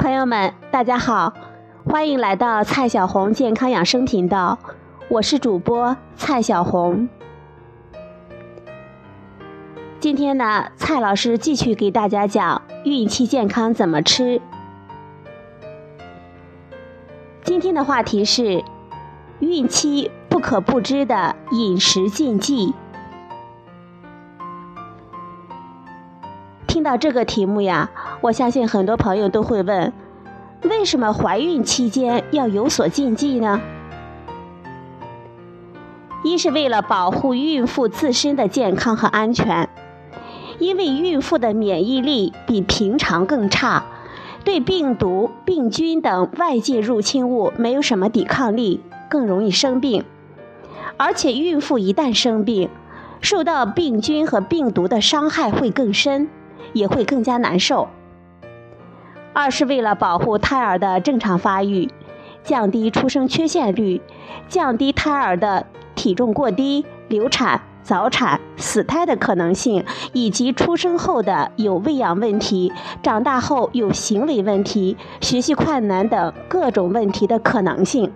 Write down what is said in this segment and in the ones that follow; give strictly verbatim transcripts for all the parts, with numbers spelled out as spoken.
朋友们，大家好，欢迎来到蔡小红健康养生频道，我是主播蔡小红。今天呢，蔡老师继续给大家讲孕期健康怎么吃。今天的话题是孕期不可不知的饮食禁忌。听到这个题目呀，我相信很多朋友都会问，为什么怀孕期间要有所禁忌呢？一是为了保护孕妇自身的健康和安全，因为孕妇的免疫力比平常更差，对病毒、病菌等外界入侵物没有什么抵抗力，更容易生病。而且孕妇一旦生病，受到病菌和病毒的伤害会更深，也会更加难受。二是为了保护胎儿的正常发育，降低出生缺陷率，降低胎儿的体重过低、流产、早产、死胎的可能性，以及出生后的有喂养问题、长大后有行为问题、学习困难等各种问题的可能性。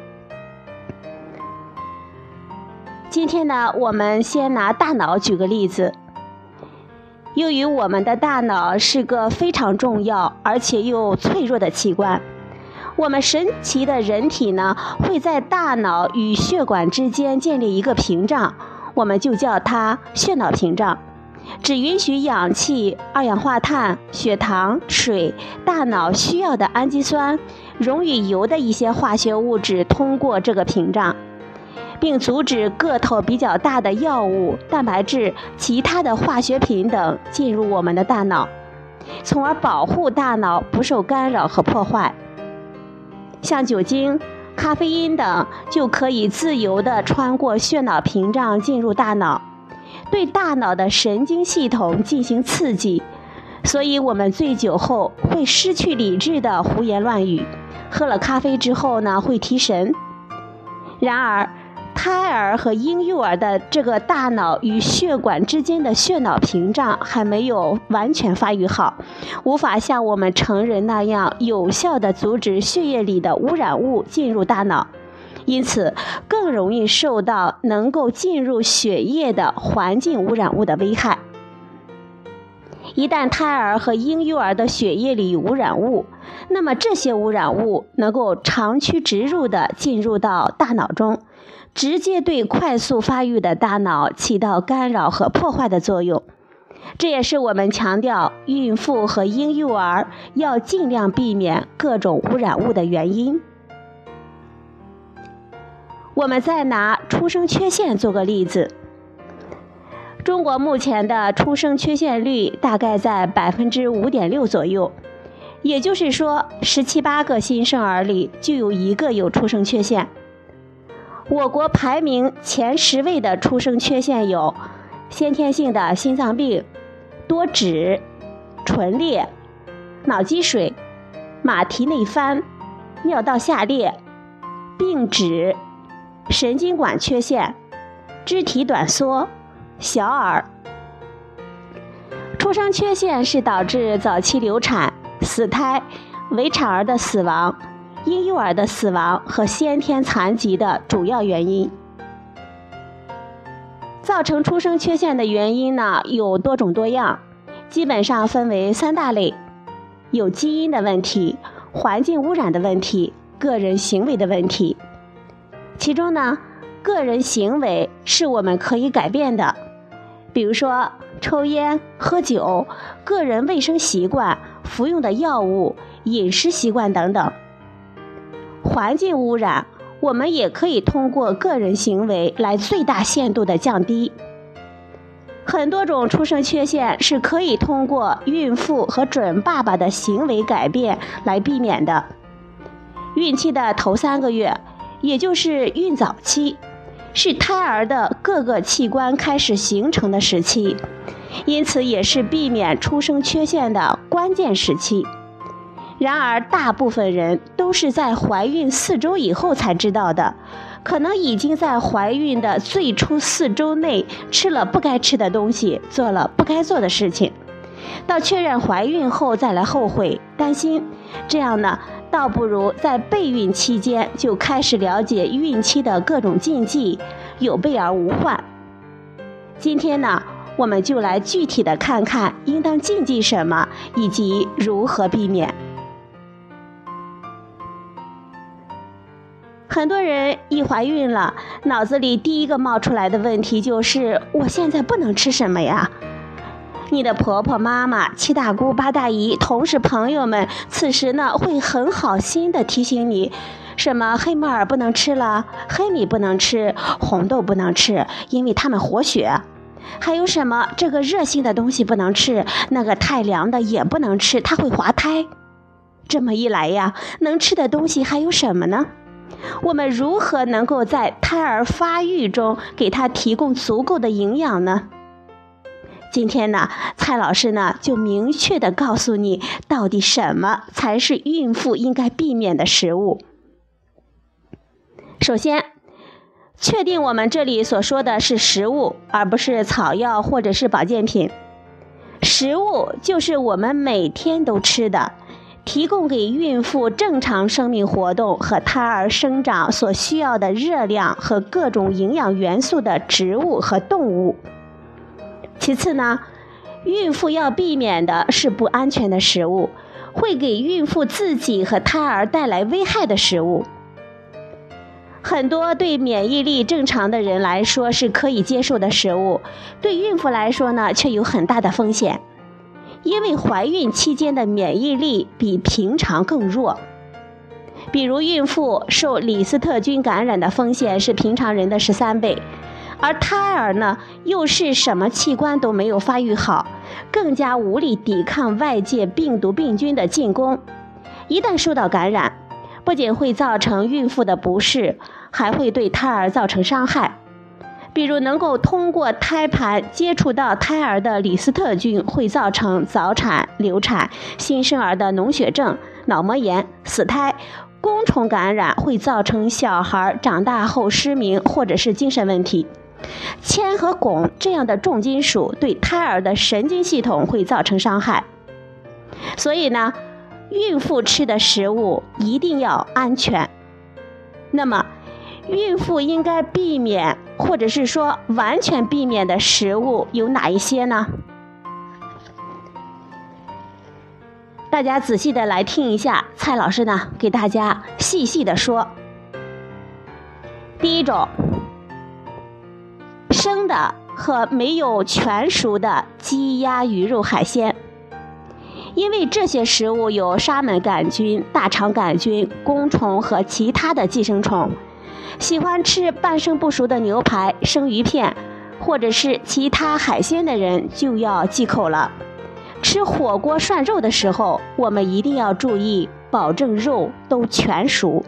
今天呢，我们先拿大脑举个例子。由于我们的大脑是个非常重要而且又脆弱的器官，我们神奇的人体呢，会在大脑与血管之间建立一个屏障，我们就叫它血脑屏障，只允许氧气、二氧化碳、血糖、水、大脑需要的氨基酸、溶与油的一些化学物质通过这个屏障，并阻止个头比较大的药物、蛋白质、其他的化学品等进入我们的大脑，从而保护大脑不受干扰和破坏。像酒精、咖啡因等就可以自由地穿过血脑屏障进入大脑，对大脑的神经系统进行刺激，所以我们醉酒后会失去理智的胡言乱语，喝了咖啡之后呢，会提神。然而胎儿和婴幼儿的这个大脑与血管之间的血脑屏障还没有完全发育好，无法像我们成人那样有效地阻止血液里的污染物进入大脑，因此更容易受到能够进入血液的环境污染物的危害。一旦胎儿和婴幼儿的血液里有污染物，那么这些污染物能够长驱直入地进入到大脑中，直接对快速发育的大脑起到干扰和破坏的作用。这也是我们强调孕妇和婴幼儿要尽量避免各种污染物的原因。我们再拿出生缺陷做个例子。中国目前的出生缺陷率大概在 百分之五点六 左右，也就是说十七八个新生儿里就有一个有出生缺陷。我国排名前十位的出生缺陷有先天性的心脏病、多指、唇裂、脑积水、马蹄内翻、尿道下裂、病指、神经管缺陷、肢体短缩、小儿。出生缺陷是导致早期流产、死胎、围产儿的死亡、婴幼儿的死亡和先天残疾的主要原因。造成出生缺陷的原因呢，有多种多样，基本上分为三大类，有基因的问题、环境污染的问题、个人行为的问题。其中呢，个人行为是我们可以改变的，比如说抽烟、喝酒、个人卫生习惯、服用的药物、饮食习惯等等。环境污染，我们也可以通过个人行为来最大限度的降低。很多种出生缺陷是可以通过孕妇和准爸爸的行为改变来避免的。孕期的头三个月，也就是孕早期，是胎儿的各个器官开始形成的时期，因此也是避免出生缺陷的关键时期。然而大部分人都是在怀孕四周以后才知道的，可能已经在怀孕的最初四周内吃了不该吃的东西，做了不该做的事情，到确认怀孕后再来后悔担心， 这样呢，倒不如在备孕期间就开始了解孕期的各种禁忌，有备而无患。今天呢，我们就来具体的看看应当禁忌什么，以及如何避免。很多人一怀孕了，脑子里第一个冒出来的问题就是我现在不能吃什么呀？你的婆婆妈妈、七大姑八大姨、同事朋友们此时呢会很好心的提醒你，什么黑木耳不能吃了，黑米不能吃，红豆不能吃，因为它们活血。还有什么这个热性的东西不能吃，那个太凉的也不能吃，它会滑胎。这么一来呀，能吃的东西还有什么呢？我们如何能够在胎儿发育中给他提供足够的营养呢？今天呢，蔡老师呢就明确地告诉你，到底什么才是孕妇应该避免的食物。首先，确定我们这里所说的是食物，而不是草药或者是保健品。食物就是我们每天都吃的，提供给孕妇正常生命活动和胎儿生长所需要的热量和各种营养元素的植物和动物。其次呢，孕妇要避免的是不安全的食物，会给孕妇自己和胎儿带来危害的食物。很多对免疫力正常的人来说是可以接受的食物，对孕妇来说呢，却有很大的风险。因为怀孕期间的免疫力比平常更弱，比如孕妇受李斯特菌感染的风险是平常人的十三倍，而胎儿呢，又是什么器官都没有发育好，更加无力抵抗外界病毒病菌的进攻。一旦受到感染，不仅会造成孕妇的不适，还会对胎儿造成伤害。比如能够通过胎盘接触到胎儿的李斯特菌会造成早产、流产、新生儿的脓血症、脑膜炎、死胎；弓虫感染会造成小孩长大后失明或者是精神问题；铅和汞这样的重金属对胎儿的神经系统会造成伤害。所以呢，孕妇吃的食物一定要安全。那么孕妇应该避免或者是说完全避免的食物有哪一些呢？大家仔细的来听一下，蔡老师呢给大家细细的说。第一种，生的和没有全熟的鸡鸭鱼肉海鲜，因为这些食物有沙门杆菌、大肠杆菌、弓虫和其他的寄生虫。喜欢吃半生不熟的牛排、生鱼片或者是其他海鲜的人就要忌口了。吃火锅涮肉的时候，我们一定要注意，保证肉都全熟。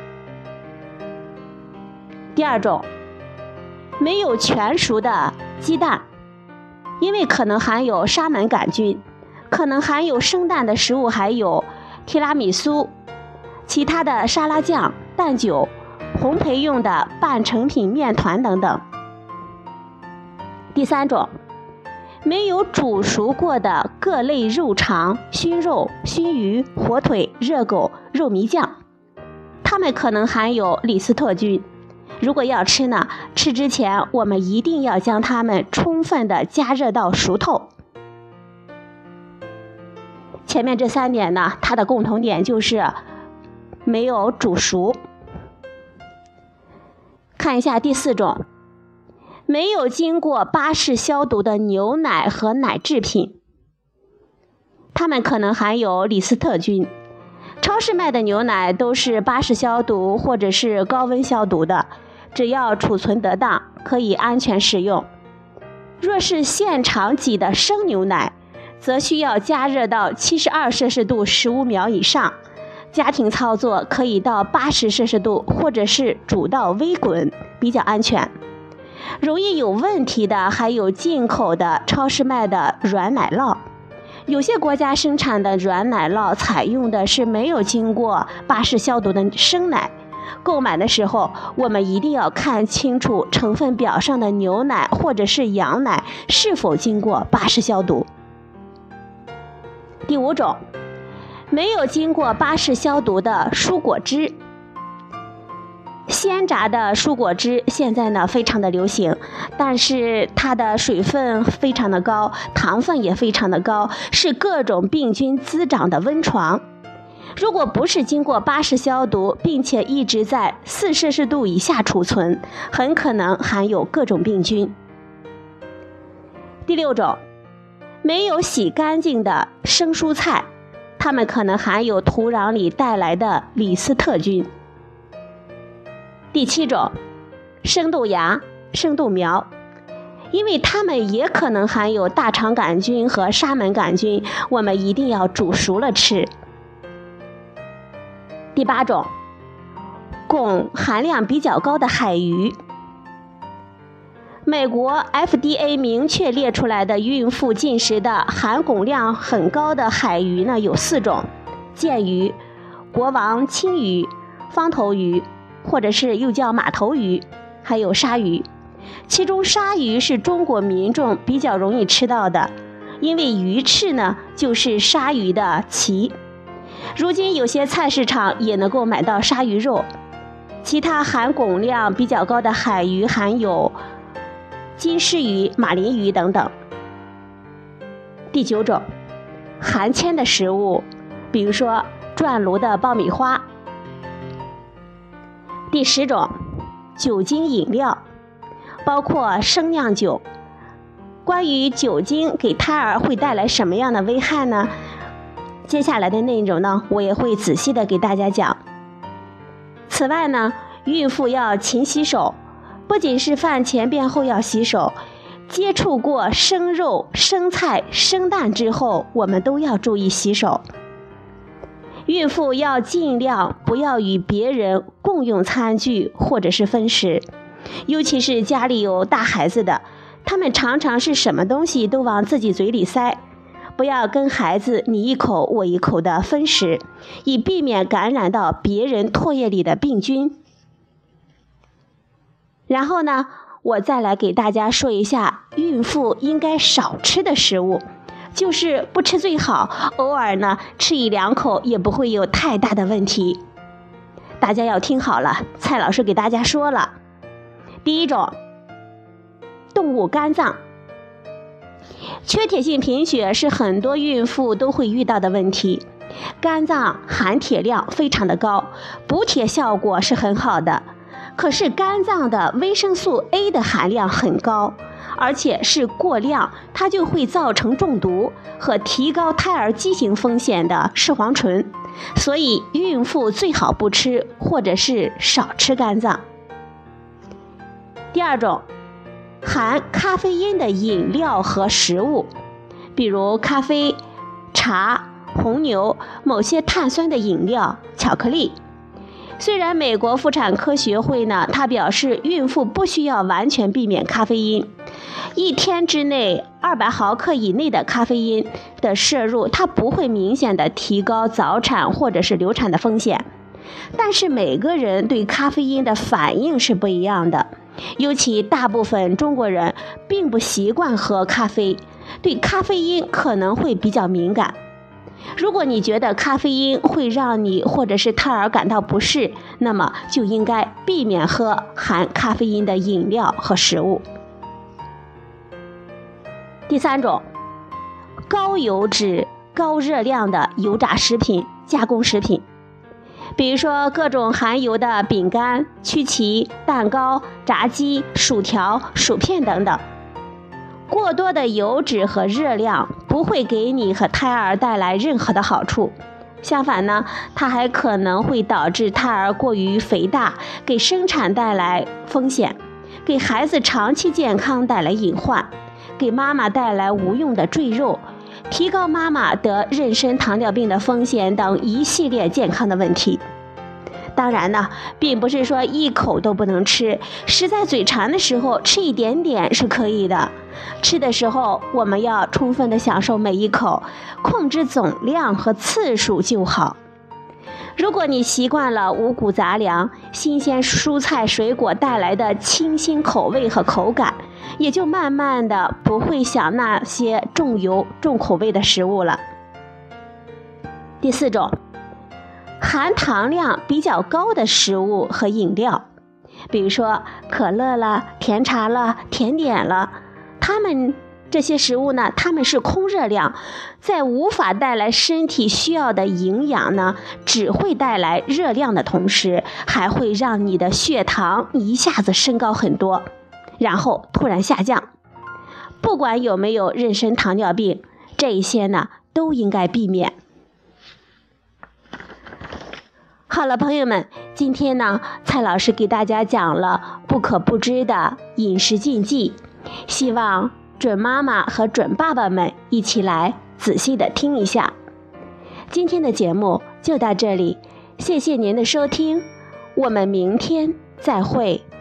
第二种，没有全熟的鸡蛋，因为可能含有沙门杆菌，可能含有生蛋的食物还有提拉米苏、其他的沙拉酱、蛋酒、烘焙用的半成品面团等等。第三种，没有煮熟过的各类肉肠、熏肉、熏鱼、火腿、热狗、肉糜酱，它们可能含有李斯特菌。如果要吃呢，吃之前我们一定要将它们充分的加热到熟透。前面这三点呢，它的共同点就是没有煮熟。看一下第四种，没有经过巴氏消毒的牛奶和奶制品，它们可能含有李斯特菌。超市卖的牛奶都是巴氏消毒或者是高温消毒的，只要储存得当，可以安全食用。若是现场挤的生牛奶，则需要加热到七十二摄氏度十五秒以上，家庭操作可以到八十摄氏度，或者是煮到微滚，比较安全。容易有问题的还有进口的超市卖的软奶酪，有些国家生产的软奶酪采用的是没有经过巴氏消毒的生奶。购买的时候，我们一定要看清楚成分表上的牛奶或者是羊奶是否经过巴氏消毒。第五种， 没有经过巴氏消毒的蔬果汁。鲜榨的蔬果汁现在呢非常的流行，但是它的水分非常的高，糖分也非常的高，是各种病菌滋长的温床。如果不是经过巴氏消毒，并且一直在四摄氏度以下储存，很可能含有各种病菌。第六种，没有洗干净的生蔬菜，它们可能含有土壤里带来的李斯特菌。第七种，生豆芽、生豆苗，因为它们也可能含有大肠杆菌和沙门杆菌，我们一定要煮熟了吃。第八种，汞含量比较高的海鱼。美国 F D A 明确列出来的孕妇进食的含汞量很高的海鱼呢有四种：剑鱼、国王青鱼、方头鱼，或者是又叫马头鱼，还有鲨鱼。其中鲨鱼是中国民众比较容易吃到的，因为鱼翅呢就是鲨鱼的鳍。如今有些菜市场也能够买到鲨鱼肉。其他含汞量比较高的海鱼含有金狮鱼、马林鱼等等。第九种，含铅的食物，比如说转炉的爆米花。第十种，酒精饮料，包括生酿酒。关于酒精给胎儿会带来什么样的危害呢？接下来的内容呢，我也会仔细的给大家讲。此外呢，孕妇要勤洗手，不仅是饭前便后要洗手，接触过生肉、生菜、生蛋之后，我们都要注意洗手。孕妇要尽量不要与别人共用餐具或者是分食，尤其是家里有大孩子的，他们常常是什么东西都往自己嘴里塞，不要跟孩子你一口我一口的分食，以避免感染到别人唾液里的病菌。然后呢，我再来给大家说一下孕妇应该少吃的食物，就是不吃最好，偶尔呢吃一两口也不会有太大的问题。大家要听好了，蔡老师给大家说了。第一种，动物肝脏。缺铁性贫血是很多孕妇都会遇到的问题，肝脏含铁量非常的高，补铁效果是很好的，可是肝脏的维生素 A 的含量很高，而且是过量，它就会造成中毒和提高胎儿畸形风险的视黄醇，所以孕妇最好不吃或者是少吃肝脏。第二种，含咖啡因的饮料和食物，比如咖啡、茶、红牛、某些碳酸的饮料、巧克力。虽然美国妇产科学会呢，它表示孕妇不需要完全避免咖啡因，一天之内二百毫克以内的咖啡因的摄入，它不会明显的提高早产或者是流产的风险。但是每个人对咖啡因的反应是不一样的，尤其大部分中国人并不习惯喝咖啡，对咖啡因可能会比较敏感。如果你觉得咖啡因会让你或者是胎儿感到不适，那么就应该避免喝含咖啡因的饮料和食物。第三种，高油脂、高热量的油炸食品、加工食品，比如说各种含油的饼干、曲奇、蛋糕、炸鸡、薯条、薯片等等。过多的油脂和热量不会给你和胎儿带来任何的好处，相反呢，它还可能会导致胎儿过于肥大，给生产带来风险，给孩子长期健康带来隐患，给妈妈带来无用的赘肉，提高妈妈得妊娠糖尿病的风险等一系列健康的问题。当然呢，并不是说一口都不能吃，实在嘴馋的时候吃一点点是可以的。吃的时候我们要充分的享受每一口，控制总量和次数就好。如果你习惯了五谷杂粮、新鲜蔬菜水果带来的清新口味和口感，也就慢慢的不会想那些重油重口味的食物了。 第四种，含糖量比较高的食物和饮料，比如说可乐了、甜茶了、甜点了，它们这些食物呢，它们是空热量，在无法带来身体需要的营养呢，只会带来热量的同时，还会让你的血糖一下子升高很多，然后突然下降。不管有没有妊娠糖尿病，这一些呢，都应该避免。好了，朋友们，今天呢，蔡老师给大家讲了不可不知的饮食禁忌，希望准妈妈和准爸爸们一起来仔细的听一下。今天的节目就到这里，谢谢您的收听，我们明天再会。